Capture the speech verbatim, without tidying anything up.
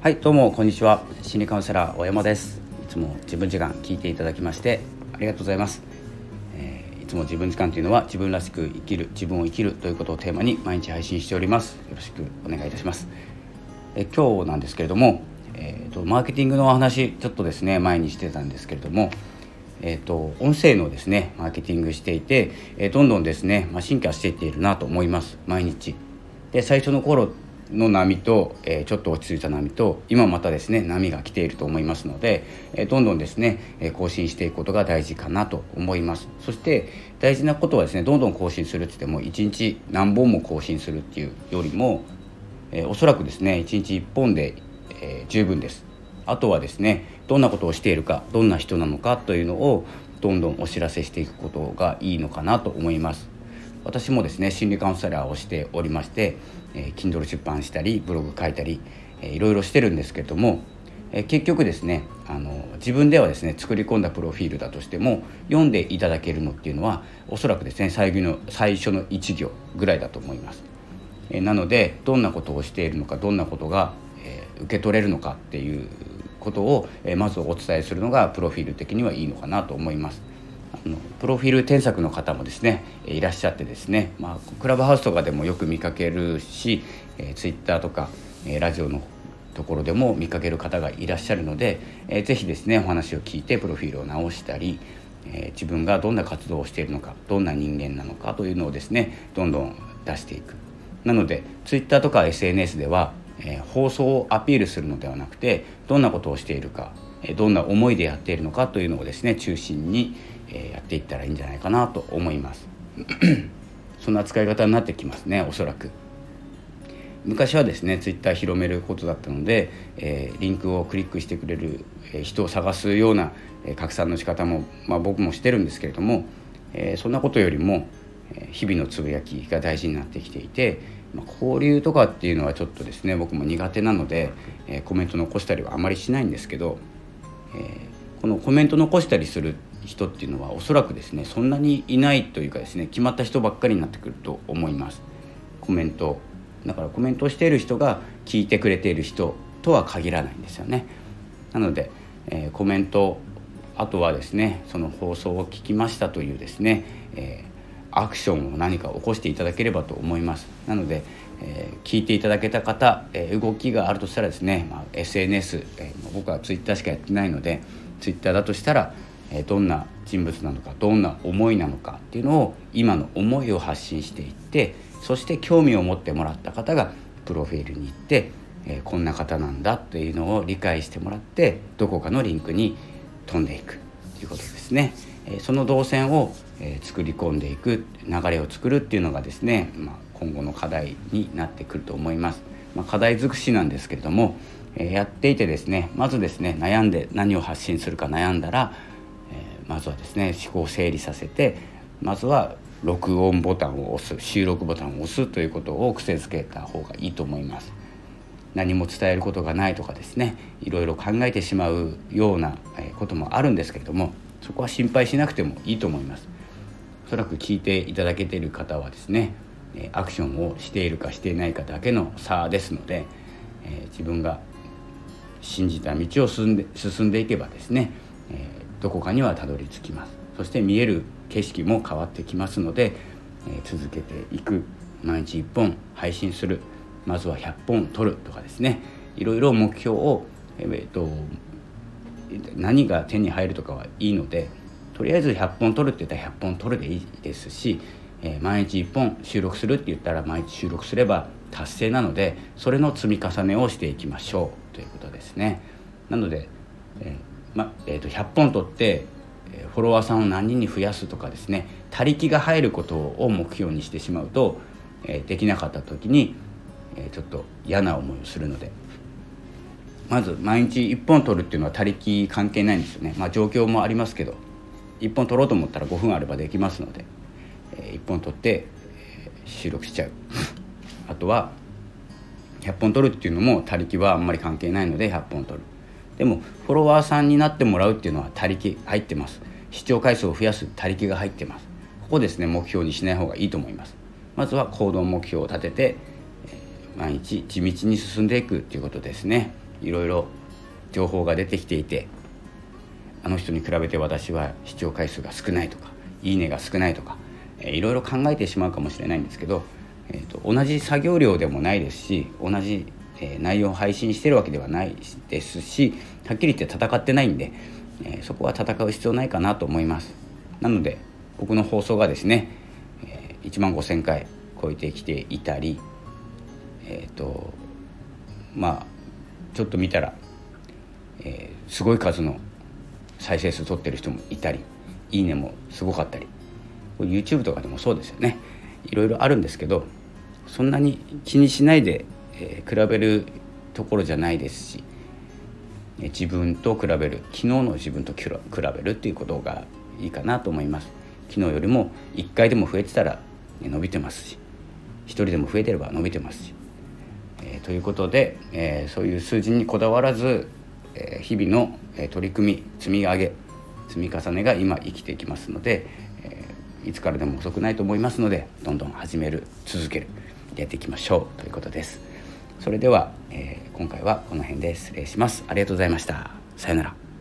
はい、どうもこんにちは。心理カウンセラー大山です。いつも自分時間聞いていただきましてありがとうございます。えー、いつも自分時間というのは自分らしく生きる、自分を生きるということをテーマに毎日配信しております。よろしくお願いいたします。えー、今日なんですけれども、えーと、マーケティングのお話ちょっとですね前にしてたんですけれども、えーと、音声のですねマーケティングしていて、えー、どんどんですね、まあ、進化していっているなと思います。毎日で最初の頃の波と、えー、ちょっと落ち着いた波と今またですね波が来ていると思いますので、えー、どんどんですね、えー、更新していくことが大事かなと思います。そして大事なことはですね、どんどん更新するって言ってもいちにち何本も更新するっていうよりも、えー、おそらくですねいちにちいっぽんで、えー、十分です。あとはですね、どんなことをしているか、どんな人なのかというのをどんどんお知らせしていくことがいいのかなと思います。私もですね心理カウンセラーをしておりまして、えー、Kindle 出版したりブログ書いたり、えー、いろいろしてるんですけれども、えー、結局ですねあの自分ではですね作り込んだプロフィールだとしても読んでいただけるのっていうのはおそらくですね最後の最初のいち行ぐらいだと思います。えー、なのでどんなことをしているのか、どんなことが、えー、受け取れるのかっていうことを、えー、まずお伝えするのがプロフィール的にはいいのかなと思います。あのプロフィール添削の方もですねいらっしゃってですね、まあ、クラブハウスとかでもよく見かけるし、えー、ツイッターとか、えー、ラジオのところでも見かける方がいらっしゃるので、えー、ぜひですねお話を聞いてプロフィールを直したり、えー、自分がどんな活動をしているのか、どんな人間なのかというのをですねどんどん出していく。なのでツイッターとか エスエヌエス では、えー、放送をアピールするのではなくて、どんなことをしているか、どんな思いでやっているのかというのをですね中心にやっていったらいいんじゃないかなと思いますそんな使い方になってきますね。おそらく昔はですねツイッター広めることだったので、えー、リンクをクリックしてくれる人を探すような拡散の仕方も、まあ、僕もしてるんですけれども、えー、そんなことよりも日々のつぶやきが大事になってきていて、まあ、交流とかっていうのはちょっとですね僕も苦手なので、えー、コメント残したりはあまりしないんですけど、えー、このコメント残したりする人っていうのはおそらくですねそんなにいないというかですね、決まった人ばっかりになってくると思います。コメントだからコメントをしている人が聞いてくれている人とは限らないんですよね。なので、えー、コメント、あとはですねその放送を聞きましたというですね、えー、アクションを何か起こしていただければと思います。なので、えー、聞いていただけた方、えー、動きがあるとしたらですね、まあ、エスエヌエス、えー、僕はツイッターしかやってないのでツイッターだとしたらどんな人物なのか、どんな思いなのかっていうのを今の思いを発信していって、そして興味を持ってもらった方がプロフィールに行って、えー、こんな方なんだというのを理解してもらってどこかのリンクに飛んでいくということですね。えー、その動線を、えー、作り込んでいく、流れを作るっていうのがですね、まあ、今後の課題になってくると思います。まあ、課題尽くしなんですけれども、えー、やっていてですねまずですね悩んで何を発信するか悩んだらまずはですね思考を整理させて、まずは録音ボタンを押す、収録ボタンを押すということを癖づけた方がいいと思います。何も伝えることがないとかですね、いろいろ考えてしまうようなこともあるんですけれども、そこは心配しなくてもいいと思います。おそらく聞いていただけている方はですねアクションをしているかしていないかだけの差ですので、えー、自分が信じた道を進んで、進んでいけばですね、えーどこかにはたどり着きます。そして見える景色も変わってきますので、えー、続けていく、毎日いっぽん配信する、まずはひゃっぽん撮るとかですね、いろいろ目標を、えー、と何が手に入るとかはいいので、とりあえずひゃっぽん撮るって言ったらひゃっぽん撮るでいいですし、えー、毎日いっぽん収録するって言ったら毎日収録すれば達成なので、それの積み重ねをしていきましょうということですね。なので、えーまえー、とひゃっぽん取ってフォロワーさんを何人に増やすとかですね、他力が入ることを目標にしてしまうと、えー、できなかった時に、えー、ちょっと嫌な思いをするので、まず毎日いっぽん取るっていうのは他力関係ないんですよね。まあ状況もありますけど、いっぽん取ろうと思ったらごふんあればできますので、えー、いっぽん取って、えー、収録しちゃうあとはひゃっぽん取るっていうのも他力はあんまり関係ないのでひゃっぽん取る。でもフォロワーさんになってもらうっていうのは他力入ってます。視聴回数を増やす他力が入ってます。ここですね目標にしない方がいいと思います。まずは行動目標を立てて、えー、毎日地道に進んでいくということですね。 いろいろ情報が出てきていて、あの人に比べて私は視聴回数が少ないとかいいねが少ないとか、えー、いろいろ考えてしまうかもしれないんですけど、えーと、同じ作業量でもないですし、同じ、えー、内容を配信してるわけではないですし、はっきり言って戦ってないんで、えー、そこは戦う必要ないかなと思います。なので僕の放送がですね、えー、いちまんごせんかい超えてきていたり、えーとまあちょっと見たら、えー、すごい数の再生数取ってる人もいたり、いいねもすごかったり、YouTube とかでもそうですよね。いろいろあるんですけど、そんなに気にしないで、えー、比べるところじゃないですし、自分と比べる、昨日の自分と比べるっていうことがいいかなと思います。昨日よりもいっかいでも増えてたら伸びてますし、ひとりでも増えてれば伸びてますし、えー、ということで、えー、そういう数字にこだわらず、えー、日々の、えー、取り組み、積み上げ、積み重ねが今生きていきますので、えー、いつからでも遅くないと思いますので、どんどん始める、続ける、やっていきましょうということです。それでは、えー、今回はこの辺で失礼します。ありがとうございました。さよなら。